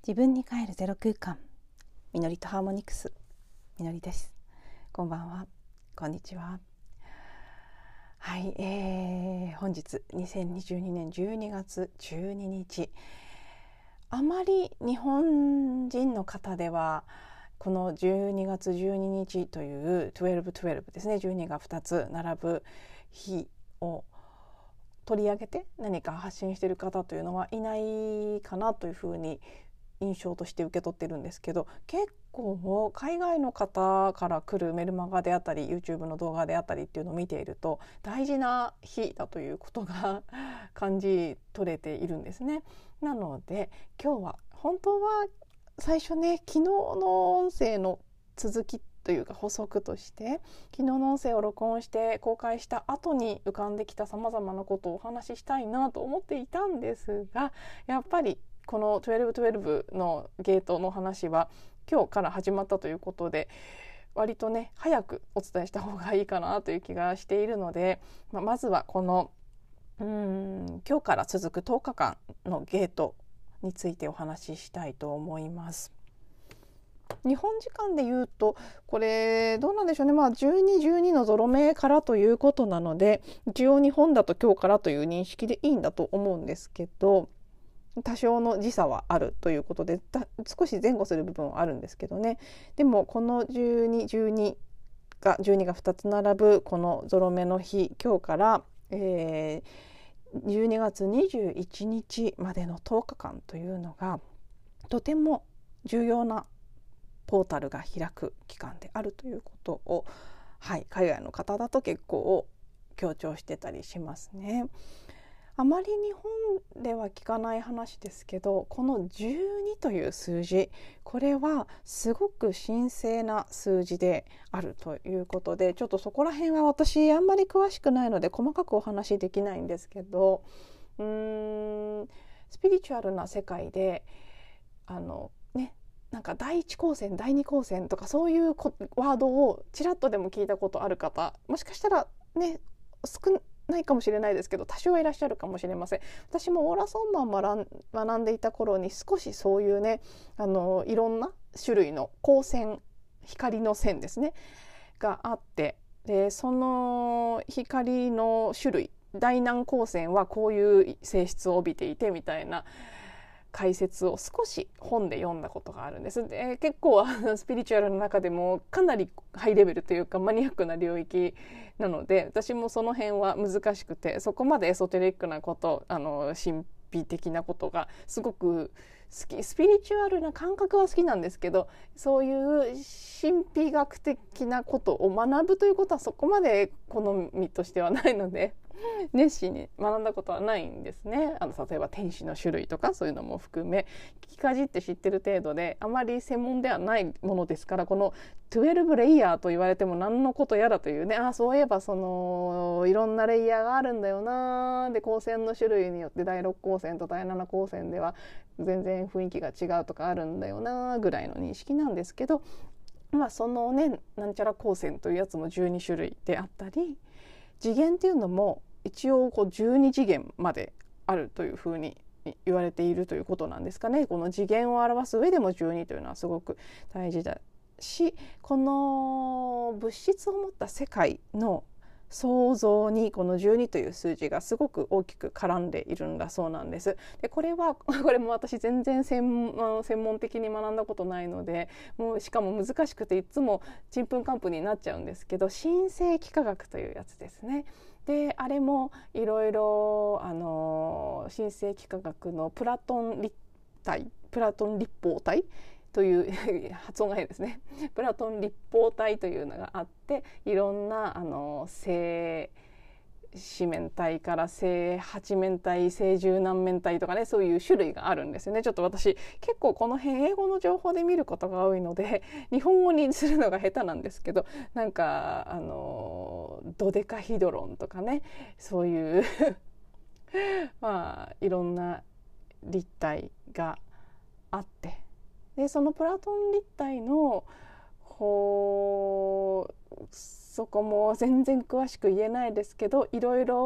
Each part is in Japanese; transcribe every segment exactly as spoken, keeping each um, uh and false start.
自分に帰るゼロ空間、みのりとハーモニクス、みのりです。こんばんは、こんにちは。はい、えー、本日にせんにじゅうにねんじゅうにがつじゅうににち、あまり日本人の方ではこのじゅうにがつじゅうににちというじゅうにじゅうにですね、じゅうにがふたつ並ぶ日を取り上げて何か発信している方というのはいないかなというふうに印象として受け取ってるんですけど、結構海外の方から来るメルマガであったり YouTube の動画であったりっていうのを見ていると、大事な日だということが感じ取れているんですね。なので今日は本当は最初ね、昨日の音声の続きというか補足として、昨日の音声を録音して公開した後に浮かんできたさまざまなことをお話ししたいなと思っていたんですが、やっぱりこのじゅうにじゅうにのゲートの話は今日から始まったということで、割とね早くお伝えした方がいいかなという気がしているので、まあ、まずはこのうーん今日から続くとおかかんのゲートについてお話ししたいと思います。日本時間で言うとこれどうなんでしょうね、まあ、じゅうに、じゅうにのゾロ目からということなので、一応日本だと今日からという認識でいいんだと思うんですけど、多少の時差はあるということで少し前後する部分はあるんですけどね。でもこのじゅうに、じゅうにがじゅうにがふたつ並ぶこのゾロ目の日、今日から、えー、じゅうにがつにじゅういちにちまでのとおかかんというのがとても重要なポータルが開く期間であるということを、はい、海外の方だと結構強調してたりしますね。あまり日本では聞かない話ですけど、このじゅうにという数字、これはすごく神聖な数字であるということで、ちょっとそこら辺は私あんまり詳しくないので細かくお話しできないんですけど、うーんスピリチュアルな世界であのね、なんか第一光線第二光線とかそういうワードをちらっとでも聞いたことある方、もしかしたらね少ないかもしれないですけど多少いらっしゃるかもしれません。私もオーラソンマン学んでいた頃に少しそういうね、あのいろんな種類の光線、光の線ですねがあって、でその光の種類、大南光線はこういう性質を帯びていてみたいな解説を少し本で読んだことがあるんです。で結構スピリチュアルの中でもかなりハイレベルというかマニアックな領域なので、私もその辺は難しくて、そこまでエソテリックなこと、あの神秘的なことがすごく好き、スピリチュアルな感覚は好きなんですけど、そういう神秘学的なことを学ぶということはそこまで好みとしてはないので熱心に学んだことはないんですね。あの例えば天使の種類とかそういうのも含め聞きかじって知ってる程度で、あまり専門ではないものですから、このじゅうにレイヤーと言われても何のことやらというね、あそういえばそのいろんなレイヤーがあるんだよな、で光線の種類によってだいろく光線とだいなな光線では全然雰囲気が違うとかあるんだよなぐらいの認識なんですけど、まあそのねなんちゃら光線というやつもじゅうにしゅるいであったり、次元っていうのも一応こうじゅうにじげんまであるというふうに言われているということなんですかね。この次元を表す上でもじゅうにというのはすごく大事だし、この物質を持った世界の創造にこのじゅうにという数字がすごく大きく絡んでいるんだそうなんです。でこれはこれも私全然専門、専門的に学んだことないので、もうしかも難しくていつもちんぷんかんぷんになっちゃうんですけど、神聖幾何学というやつですね。であれもいろいろあの神聖幾何学のプラトン立体、プラトン立方体という発音が変ですね。プラトン立方体というのがあって、いろんなあの正四面体から正八面体、正十何面体とかね、そういう種類があるんですよね。ちょっと私結構この辺英語の情報で見ることが多いので日本語にするのが下手なんですけど、なんかあのドデカヒドロンとかね、そういうまあいろんな立体があって、でそのプラトン立体のほそこも全然詳しく言えないですけど、いろいろ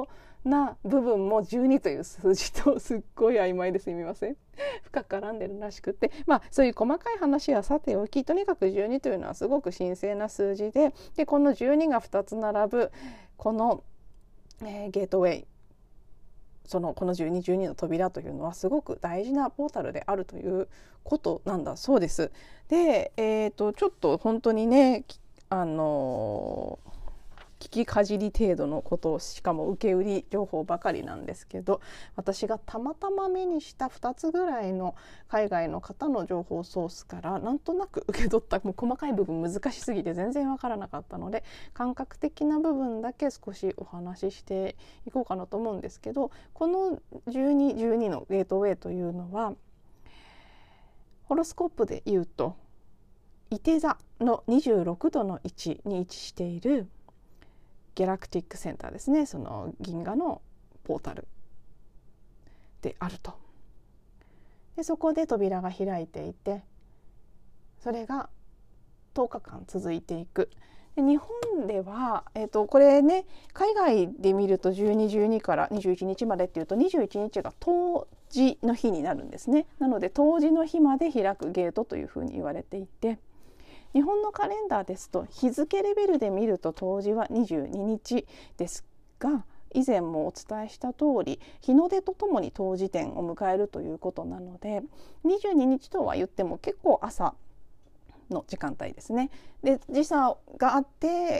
な部分もじゅうにという数字とすっごい曖昧ですみません深く絡んでるらしくて、まあそういう細かい話はさておき、とにかくじゅうにというのはすごく神聖な数字で、でこのじゅうにがふたつ並ぶこの、えー、ゲートウェイ、そのこのじゅうに、じゅうにの扉というのはすごく大事なポータルであるということなんだそうです。で、えーと、ちょっと本当にね、あのー、聞きかじり程度のことを、しかも受け売り情報ばかりなんですけど、私がたまたま目にしたふたつぐらいの海外の方の情報ソースからなんとなく受け取った、もう細かい部分難しすぎて全然わからなかったので、感覚的な部分だけ少しお話ししていこうかなと思うんですけど、このじゅうに、じゅうにのゲートウェイというのはホロスコープで言うといて座のにじゅうろくどの位置に位置しているギャラクティックセンターですね、その銀河のポータルであると。でそこで扉が開いていて、それがとおかかん続いていく。で日本では、えーと、これね、海外で見るとじゅうに、じゅうにからにじゅういちにちまでっていうとにじゅういちにちが冬至の日になるんですね。なので冬至の日まで開くゲートというふうに言われていて、日本のカレンダーですと日付レベルで見ると冬至はにじゅうににちですが、以前もお伝えした通り日の出とともに冬至点を迎えるということなので、にじゅうににちとは言っても結構朝の時間帯ですね。で時差があって、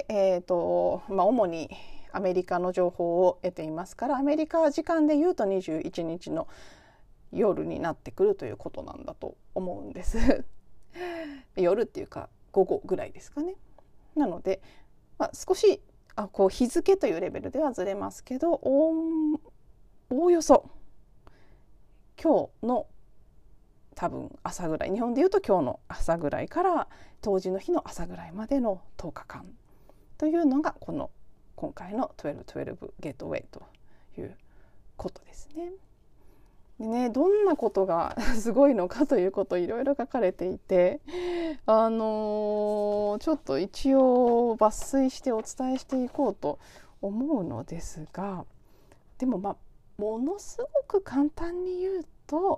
えーとまあ、主にアメリカの情報を得ていますから、アメリカ時間でいうとにじゅういちにちの夜になってくるということなんだと思うんです夜っていうか午後ぐらいですかね。なので、まあ、少しあこう日付というレベルではずれますけど、おおよそ今日の多分朝ぐらい、日本でいうと今日の朝ぐらいから冬至の日の朝ぐらいまでのとおかかんというのがこの今回のじゅうにじゅうにゲートウェイということですね。でね、どんなことがすごいのかということいろいろ書かれていて、あのー、ちょっと一応抜粋してお伝えしていこうと思うのですが、でもまあものすごく簡単に言うと、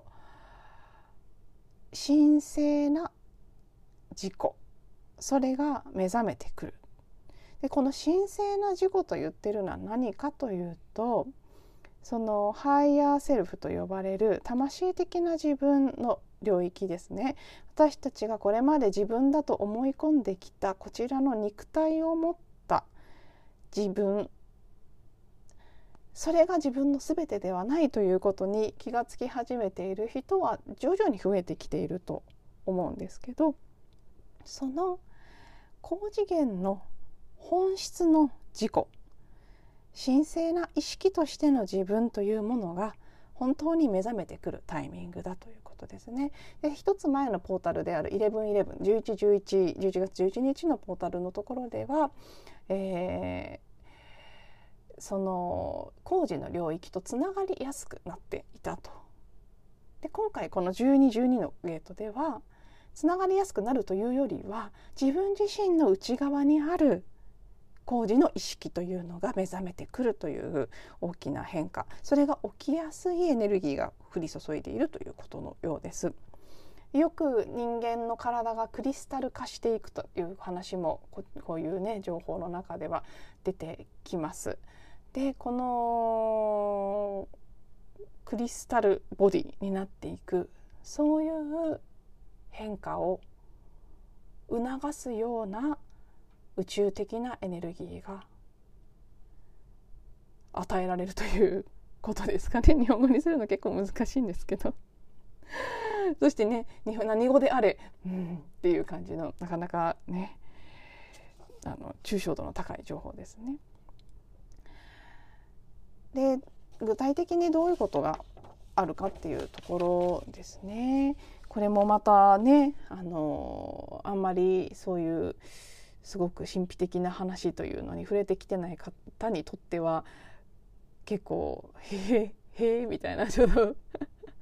神聖な自己、それが目覚めてくる。でこの神聖な自己と言ってるのは何かというと、そのハイヤーセルフと呼ばれる魂的な自分の領域ですね。私たちがこれまで自分だと思い込んできたこちらの肉体を持った自分、それが自分の全てではないということに気がつき始めている人は徐々に増えてきていると思うんですけど、その高次元の本質の自己、神聖な意識としての自分というものが本当に目覚めてくるタイミングだということですね。で一つ前のポータルであるじゅういちじゅういち、じゅういち、じゅういち、じゅういちがつじゅういちにちのポータルのところでは、えー、その工事の領域とつながりやすくなっていたと。で今回このじゅうに、じゅうにのゲートではつながりやすくなるというよりは、自分自身の内側にある工事の意識というのが目覚めてくるという大きな変化、それが起きやすいエネルギーが降り注いでいるということのようです。よく人間の体がクリスタル化していくという話もこういうね情報の中では出てきます。でこのクリスタルボディになっていく、そういう変化を促すような宇宙的なエネルギーが与えられるということですかね。日本語にするの結構難しいんですけどそしてね、何語であれ、うん、っていう感じのなかなかね、あの抽象度の高い情報ですね。で具体的にどういうことがあるかっていうところですね。これもまたね、あのあんまりそういうすごく神秘的な話というのに触れてきてない方にとっては結構へえへえみたいなちょっと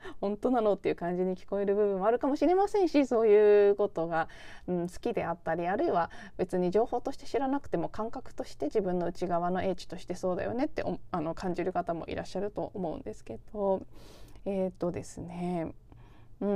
本当なのっていう感じに聞こえる部分もあるかもしれませんし、そういうことが、うん、好きであったり、あるいは別に情報として知らなくても感覚として自分の内側の英知としてそうだよねってあの感じる方もいらっしゃると思うんですけど、えーとですね、うん、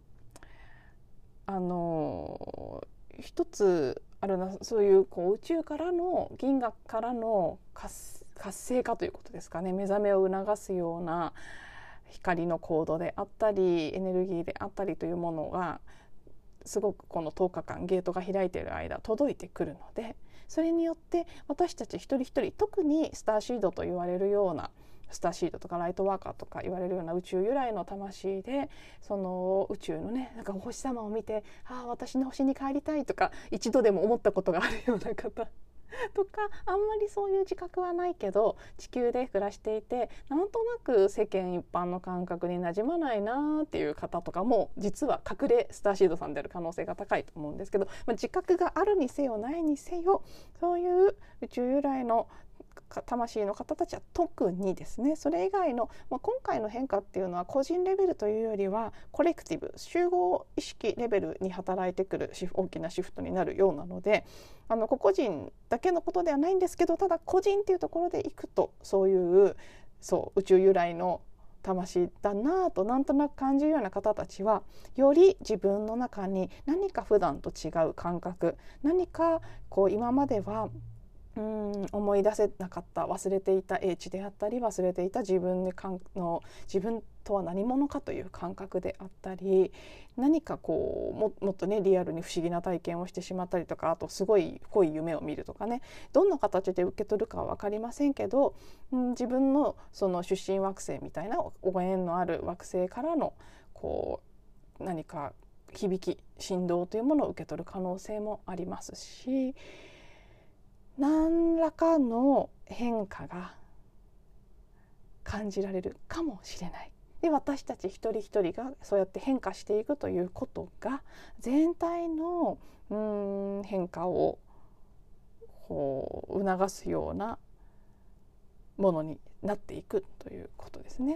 あの一つあるな、そういうこう宇宙からの銀河からの活性化ということですかね、目覚めを促すような光のコードであったりエネルギーであったりというものがすごくこのとおかかんゲートが開いている間届いてくるので、それによって私たち一人一人、特にスターシードと言われるような、スターシードとかライトワーカーとか言われるような宇宙由来の魂で、その宇宙のね、なんかお星様を見て、ああ私の星に帰りたいとか一度でも思ったことがあるような方とか、あんまりそういう自覚はないけど地球で暮らしていてなんとなく世間一般の感覚になじまないなっていう方とかも実は隠れスターシードさんである可能性が高いと思うんですけど、まあ、自覚があるにせよないにせよ、そういう宇宙由来の魂の方たちは特にですね、それ以外の、まあ、今回の変化っていうのは個人レベルというよりはコレクティブ、集合意識レベルに働いてくる大きなシフトになるようなので、あの個々人だけのことではないんですけど、ただ個人っていうところでいくとそういうそう宇宙由来の魂だなぁとなんとなく感じるような方たちは、より自分の中に何か普段と違う感覚、何かこう今まではうん思い出せなかった、忘れていた英知であったり、忘れていた自分の自分とは何者かという感覚であったり、何かこう も, もっとねリアルに不思議な体験をしてしまったりとか、あとすごい濃い夢を見るとかね、どんな形で受け取るかは分かりませんけど、うん、自分のその出身惑星みたいなご縁のある惑星からのこう何か響き振動というものを受け取る可能性もありますし、何らかの変化が感じられるかもしれない。で、私たち一人一人がそうやって変化していくということが全体のうーん変化をこう促すようなものになっていくということですね。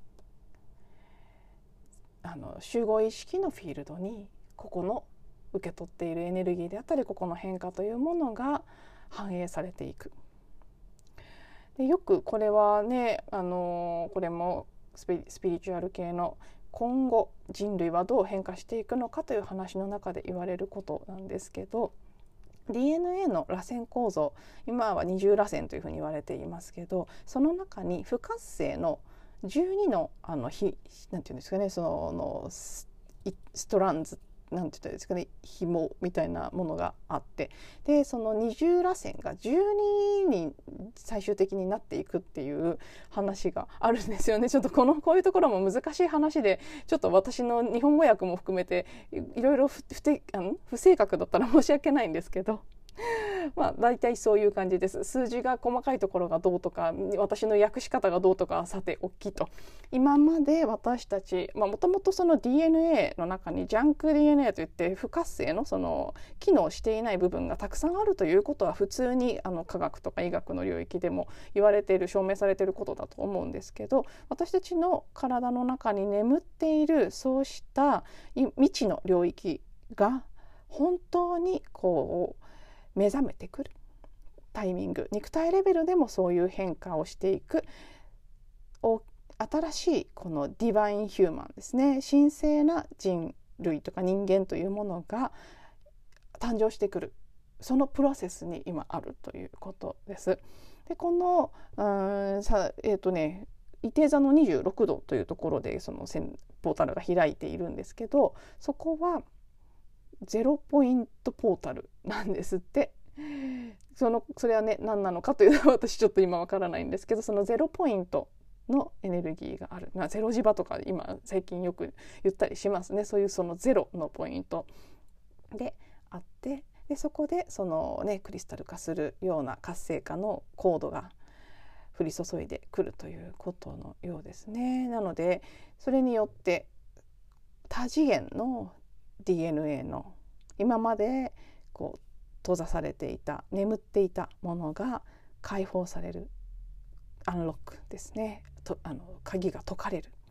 あの集合意識のフィールドにここの受け取っているエネルギーであったり、ここの変化というものが反映されていく。でよくこれはね、あのこれもスピ、スピリチュアル系の今後人類はどう変化していくのかという話の中で言われることなんですけど、 ディーエヌエー の螺旋構造、今は二重螺旋というふうに言われていますけど、その中に不活性のじゅうにのあのひなんていうんですかね、そのストランズなんて言ったらいいですかね、紐みたいなものがあって、でその二重らせんがじゅうにに最終的になっていくっていう話があるんですよね。ちょっとこのこういうところも難しい話で、ちょっと私の日本語訳も含めていろいろ不正確だったら申し訳ないんですけど、まあ大体そういう感じです。数字が細かいところがどうとか、私の訳し方がどうとかはさておきと、今まで私たちもともとその ディーエヌエー の中にジャンク ディーエヌエー といって不活性のその機能していない部分がたくさんあるということは普通にあの科学とか医学の領域でも言われている、証明されていることだと思うんですけど、私たちの体の中に眠っているそうした未知の領域が本当にこう目覚めてくるタイミング、肉体レベルでもそういう変化をしていく新しいこのディバインヒューマンですね、神聖な人類とか人間というものが誕生してくる、そのプロセスに今あるということです。でこのうんさえっとね伊手座のにじゅうろくどというところでそのポータルが開いているんですけど、そこはゼロポイントポータルなんですって。そのそれはね何なのかというのは私ちょっと今わからないんですけど、そのゼロポイントのエネルギーがある、まあ、ゼロ磁場とか今最近よく言ったりしますね。そういうそのゼロのポイントであって、でそこでそのねクリスタル化するような活性化のコードが降り注いでくるということのようですね。なのでそれによって多次元の ディーエヌエー の今までこう閉ざされていた眠っていたものが解放される、アンロックですね、とあの鍵が解かれる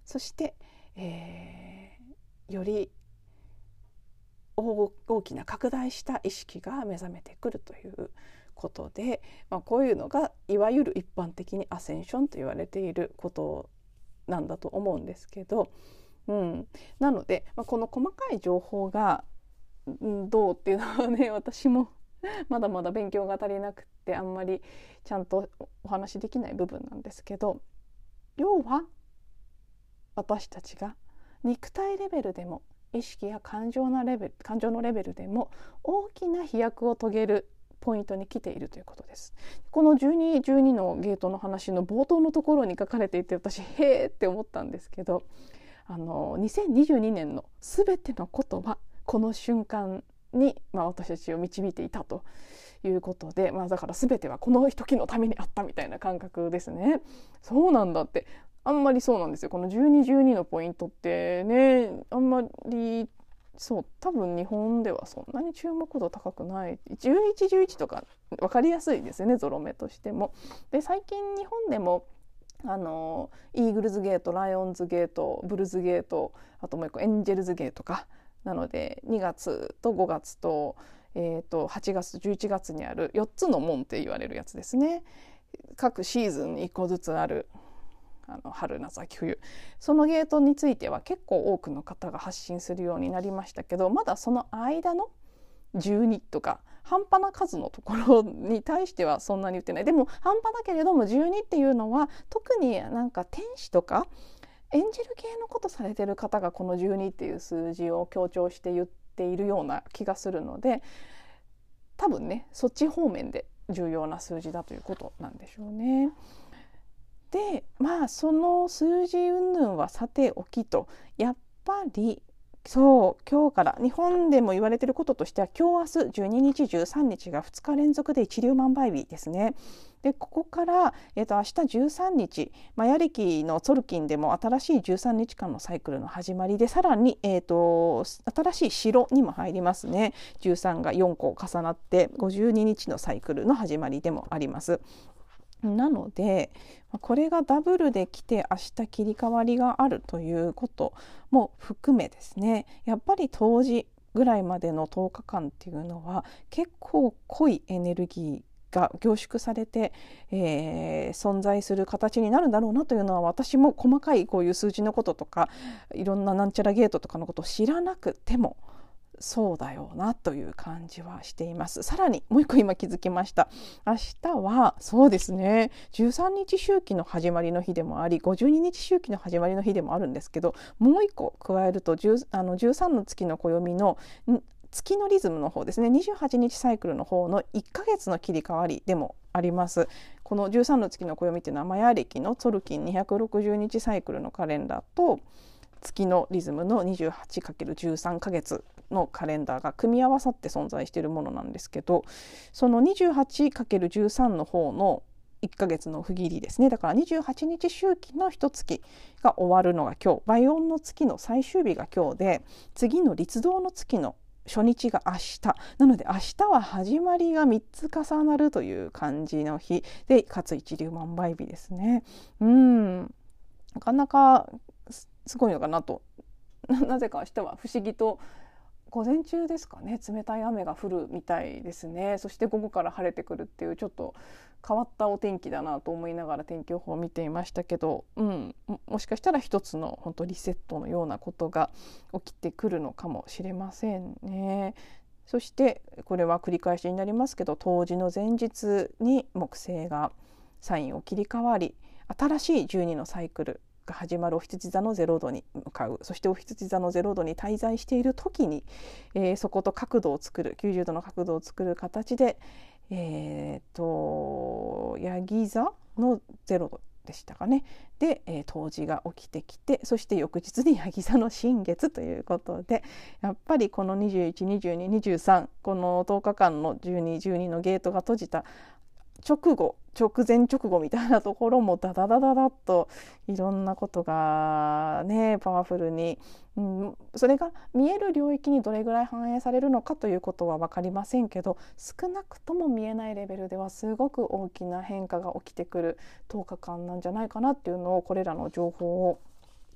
そして、えー、より大, 大きな拡大した意識が目覚めてくるということで、まあ、こういうのがいわゆる一般的にアセンションと言われていることなんだと思うんですけど、うん、なので、まあ、この細かい情報が、うん、どうっていうのはね、私もまだまだ勉強が足りなくてあんまりちゃんとお話しできない部分なんですけど、要は私たちが肉体レベルでも意識や感情のレベル、感情のレベルでも大きな飛躍を遂げるポイントに来ているということです。このじゅうに、じゅうにのゲートの話の冒頭のところに書かれていて、私へーって思ったんですけど、あのにせんにじゅうにねんのすべてのことはこの瞬間に、まあ、私たちを導いていたということで、まあ、だから全てはこの時のためにあったみたいな感覚ですね。そうなんだって、あんまりそうなんですよ。このじゅうに、じゅうにのポイントってね、あんまりそう多分日本ではそんなに注目度高くない。じゅういち、じゅういちとか分かりやすいですよね、ゾロ目としても。で最近日本でもあのイーグルズゲート、ライオンズゲート、ブルズゲート、あともう一個エンジェルズゲートかなので、にがつとごがつと、えー、とはちがつじゅういちがつにあるよっつの門って言われるやつですね。各シーズンにいっこずつある、あの春夏秋冬、そのゲートについては結構多くの方が発信するようになりましたけど、まだその間のじゅうにとか半端な数のところに対してはそんなに言ってない。でも半端だけれどもじゅうにっていうのは特になんか天使とかエンジェル系のことされてる方がこのじゅうにっていう数字を強調して言っているような気がするので、多分ねそっち方面で重要な数字だということなんでしょうね。でまあその数字云々はさておきと、やっぱりそう今日から日本でも言われていることとしては、今日明日じゅうににちじゅうさんにちがふつか連続で一粒万倍日ですね。でここから、えー、と明日じゅうさんにち、マヤ暦のツォルキンでも新しいじゅうさんにちかんのサイクルの始まりで、さらに、えー、と新しい白にも入りますね。じゅうさんがよんこ重なってごじゅうににちのサイクルの始まりでもあります。なのでこれがダブルで来て明日切り替わりがあるということも含めですね、やっぱり冬至ぐらいまでのとおかかんっていうのは結構濃いエネルギーが凝縮されて、えー、存在する形になるんだろうなというのは、私も細かいこういう数字のこととかいろんななんちゃらゲートとかのことを知らなくてもそうだよなという感じはしています。さらにもう一個今気づきました。明日はそうですね、じゅうさんにち周期の始まりの日でもあり、ごじゅうににち周期の始まりの日でもあるんですけど、もう一個加えるとじゅうあのじゅうさんの月の暦の月のリズムの方ですね、にじゅうはちにちサイクルの方のいっかげつの切り替わりでもあります。このじゅうさんの月の暦っていうのはマヤ暦のツォルキンにひゃくろくじゅうにちサイクルのカレンダーと月のリズムの にじゅうはちかけるじゅうさん ヶ月のカレンダーが組み合わさって存在しているものなんですけど、その にじゅうはちかけるじゅうさん の方のいっかげつの区切りですね、だからにじゅうはちにち周期の一月が終わるのが今日、倍音の月の最終日が今日で、次の立冬の月の初日が明日なので、明日は始まりがみっつ重なるという感じの日で、かつ一粒万倍日ですね。うんなかなかすごいのかなとなぜか明日は不思議と午前中ですかね、冷たい雨が降るみたいですね。そして午後から晴れてくるっていう、ちょっと変わったお天気だなと思いながら天気予報を見ていましたけど、うん、もしかしたら一つの本当リセットのようなことが起きてくるのかもしれませんね。そしてこれは繰り返しになりますけど、冬至の前日に木星がサインを切り替わり、新しいじゅうにのサイクルが始まるお羊座のゼロどに向かう。そしてお羊座のゼロどに滞在している時に、えー、そこと角度を作る、きゅうじゅうどの角度を作る形で、えー、とヤギ座のゼロどでしたかね。で、えー、冬至が起きてきて、そして翌日にヤギ座の新月ということで、やっぱりこのにじゅういち、にじゅうに、にじゅうさん、このとおかかんのじゅうに、じゅうにのゲートが閉じた直後、直前直後みたいなところもダダダダダッといろんなことがねパワフルに、うん、それが見える領域にどれぐらい反映されるのかということは分かりませんけど、少なくとも見えないレベルではすごく大きな変化が起きてくるとおかかんなんじゃないかなっていうのを、これらの情報を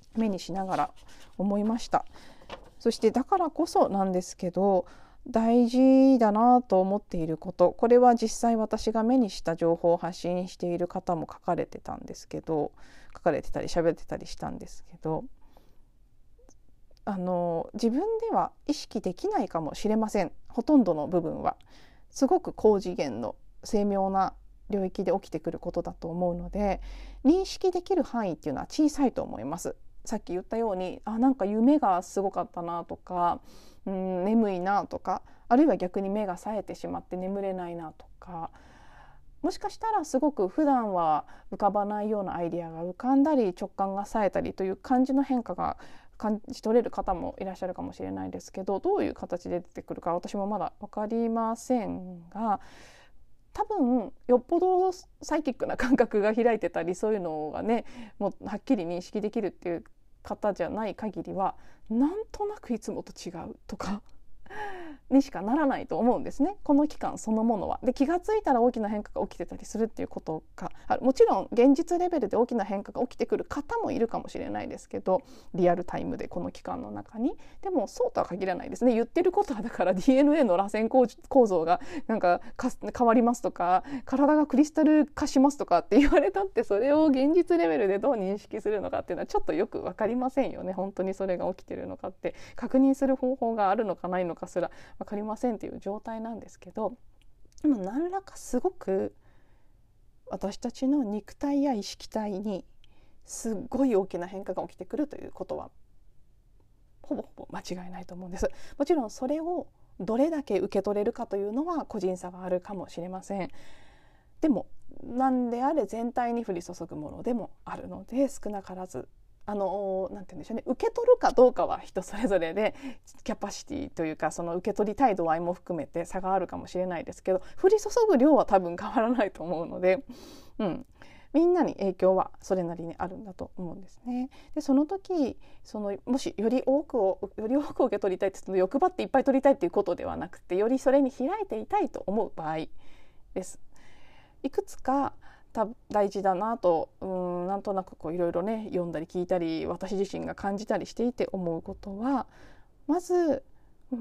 目にしながら思いました。そしてだからこそなんですけど、大事だなと思っていること、これは実際私が目にした情報を発信している方も書かれてたんですけど書かれてたり喋ってたりしたんですけど、あの自分では意識できないかもしれません。ほとんどの部分はすごく高次元の精妙な領域で起きてくることだと思うので、認識できる範囲っていうのは小さいと思います。さっき言ったように、あ、なんか夢がすごかったなとか、うん、眠いなとか、あるいは逆に目が冴えてしまって眠れないなとか、もしかしたらすごく普段は浮かばないようなアイデアが浮かんだり直感が冴えたりという感じの変化が感じ取れる方もいらっしゃるかもしれないですけど、どういう形で出てくるか私もまだ分かりませんが、多分よっぽどサイキックな感覚が開いてたり、そういうのがねもうはっきり認識できるっていう方じゃない限りは、なんとなくいつもと違うとかにしかならないと思うんですね、この期間そのものは。で、気がついたら大きな変化が起きてたりするっていうことがある。もちろん現実レベルで大きな変化が起きてくる方もいるかもしれないですけど、リアルタイムでこの期間の中に。でもそうとは限らないですね。言ってることはだから ディーエヌエー の螺旋構造がなんか変わりますとか、体がクリスタル化しますとかって言われたって、それを現実レベルでどう認識するのかっていうのはちょっとよく分かりませんよね。本当にそれが起きてるのかって確認する方法があるのかないのかすら分かりませんっていう状態なんですけど、でも何らかすごく私たちの肉体や意識体にすっごい大きな変化が起きてくるということはほぼほぼ間違いないと思うんです。もちろんそれをどれだけ受け取れるかというのは個人差があるかもしれません。でも何であれ全体に降り注ぐものでもあるので、少なからずあのなんて言うんでしょうね、受け取るかどうかは人それぞれでキャパシティというか、その受け取りたい度合いも含めて差があるかもしれないですけど、降り注ぐ量は多分変わらないと思うので、うん、みんなに影響はそれなりにあるんだと思うんですね。で、その時そのもしより多くをより多く受け取りたいって欲張っていっぱい取りたいっていうことではなくて、よりそれに開いていたいと思う場合です。いくつか大事だなと、うーんなんとなくこういろいろね読んだり聞いたり私自身が感じたりしていて思うことは、まず、うん、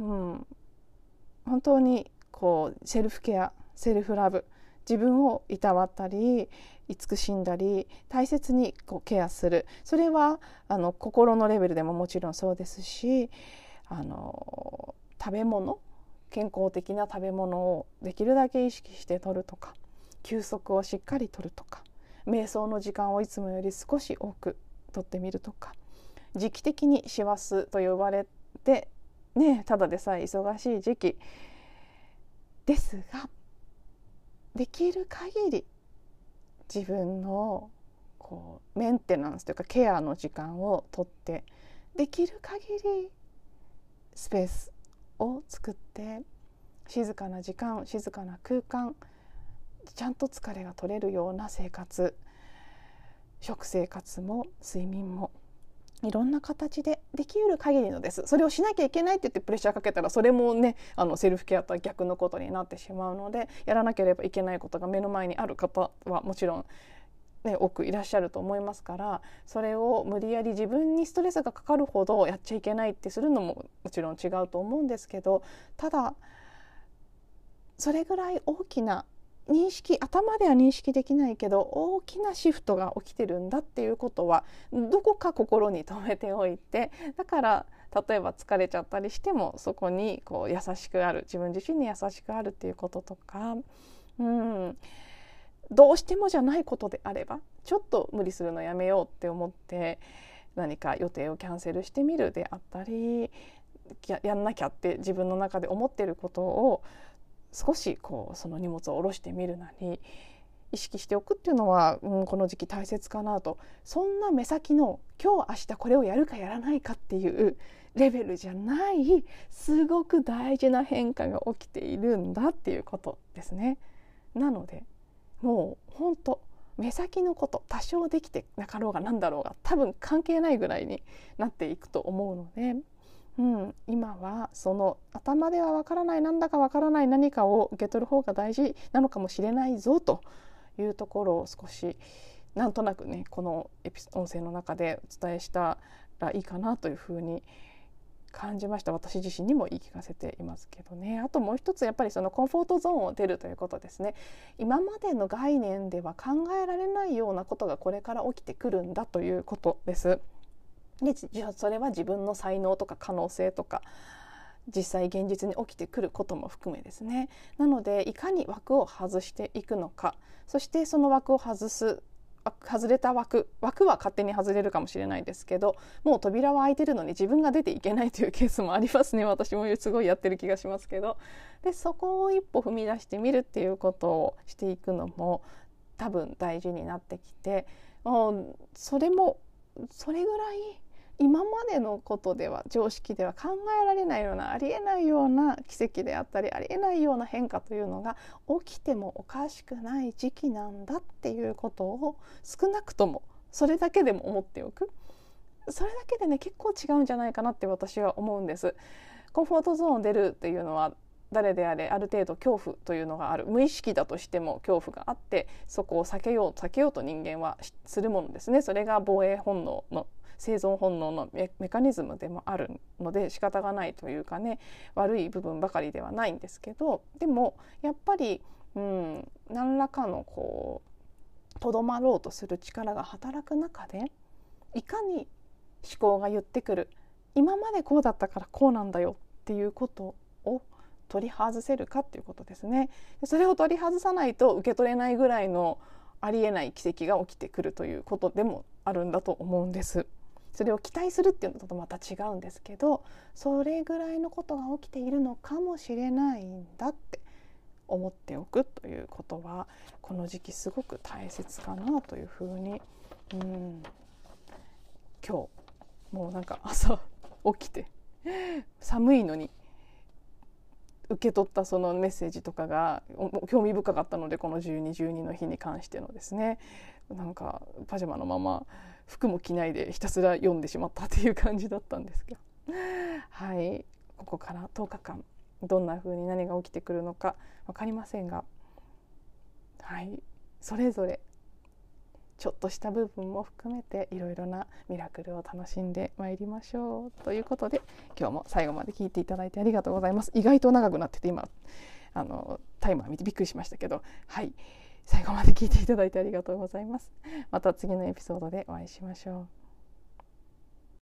本当にこうセルフケア、セルフラブ、自分をいたわったり慈しんだり大切にこうケアする。それはあの心のレベルでももちろんそうですし、あの食べ物、健康的な食べ物をできるだけ意識して取るとか、休息をしっかりとるとか、瞑想の時間をいつもより少し多くとってみるとか、時期的に師走と呼ばれてね、ただでさえ忙しい時期ですが、できる限り自分のこうメンテナンスというかケアの時間をとって、できる限りスペースを作って、静かな時間、静かな空間、ちゃんと疲れが取れるような生活、食生活も睡眠もいろんな形でできうる限りのです。それをしなきゃいけないって言ってプレッシャーかけたら、それもねあのセルフケアとは逆のことになってしまうので、やらなければいけないことが目の前にある方はもちろん、ね、多くいらっしゃると思いますから、それを無理やり自分にストレスがかかるほどやっちゃいけないってするのももちろん違うと思うんですけど、ただそれぐらい大きな認識、頭では認識できないけど大きなシフトが起きてるんだっていうことはどこか心に留めておいて、だから例えば疲れちゃったりしてもそこにこう優しくある、自分自身に優しくあるっていうこととか、うん、どうしてもじゃないことであればちょっと無理するのやめようって思って何か予定をキャンセルしてみるであったり、 や, やんなきゃって自分の中で思ってることを少しこうその荷物を下ろしてみるなり意識しておくっていうのは、うん、この時期大切かなと。そんな目先の今日明日これをやるかやらないかっていうレベルじゃない、すごく大事な変化が起きているんだっていうことですね。なのでもう本当目先のこと、多少できてなかろうがなんだろうが多分関係ないぐらいになっていくと思うので、うん、今はその頭ではわからない、なんだかわからない何かを受け取る方が大事なのかもしれないぞというところを少しなんとなくねこのエピ音声の中でお伝えしたらいいかなというふうに感じました。私自身にも言い聞かせていますけどね。あともう一つやっぱりそのコンフォートゾーンを出るということですね。今までの概念では考えられないようなことがこれから起きてくるんだということです。でじゃあそれは自分の才能とか可能性とか実際現実に起きてくることも含めですね。なのでいかに枠を外していくのか、そしてその枠を外す外れた枠枠は勝手に外れるかもしれないですけど、もう扉は開いてるのに自分が出ていけないというケースもありますね。私もすごいやってる気がしますけど、でそこを一歩踏み出してみるっていうことをしていくのも多分大事になってきて、もうそれもそれぐらい今までのことでは常識では考えられないようなありえないような奇跡であったりありえないような変化というのが起きてもおかしくない時期なんだっていうことを少なくともそれだけでも思っておく。それだけでね結構違うんじゃないかなって私は思うんです。コンフォートゾーン出るっていうのは誰であれある程度恐怖というのがある、無意識だとしても恐怖があってそこを避けよう避けようと人間はするものですね。それが防衛本能の生存本能の メ, メカニズムでもあるので仕方がないというかね、悪い部分ばかりではないんですけど、でもやっぱり、うん、何らかのこうとどまろうとする力が働く中でいかに思考が言ってくる今までこうだったからこうなんだよっていうことを取り外せるかっていうことですね。それを取り外さないと受け取れないぐらいのありえない奇跡が起きてくるということでもあるんだと思うんです。それを期待するっていうのとまた違うんですけど、それぐらいのことが起きているのかもしれないんだって思っておくということはこの時期すごく大切かなというふうに、うん、今日もうなんか朝起きて寒いのに受け取ったそのメッセージとかが興味深かったので、このじゅうに、じゅうにの日に関してのですね、なんかパジャマのまま服も着ないでひたすら読んでしまったっていう感じだったんですけどはい、ここからとおかかんどんな風に何が起きてくるのか分かりませんが、はい、それぞれちょっとした部分も含めていろいろなミラクルを楽しんでまいりましょうということで、今日も最後まで聞いていただいてありがとうございます。意外と長くなってて今あのタイマー見てびっくりしましたけど、はい最後まで聞いていただいてありがとうございます。また次のエピソードでお会いしましょう。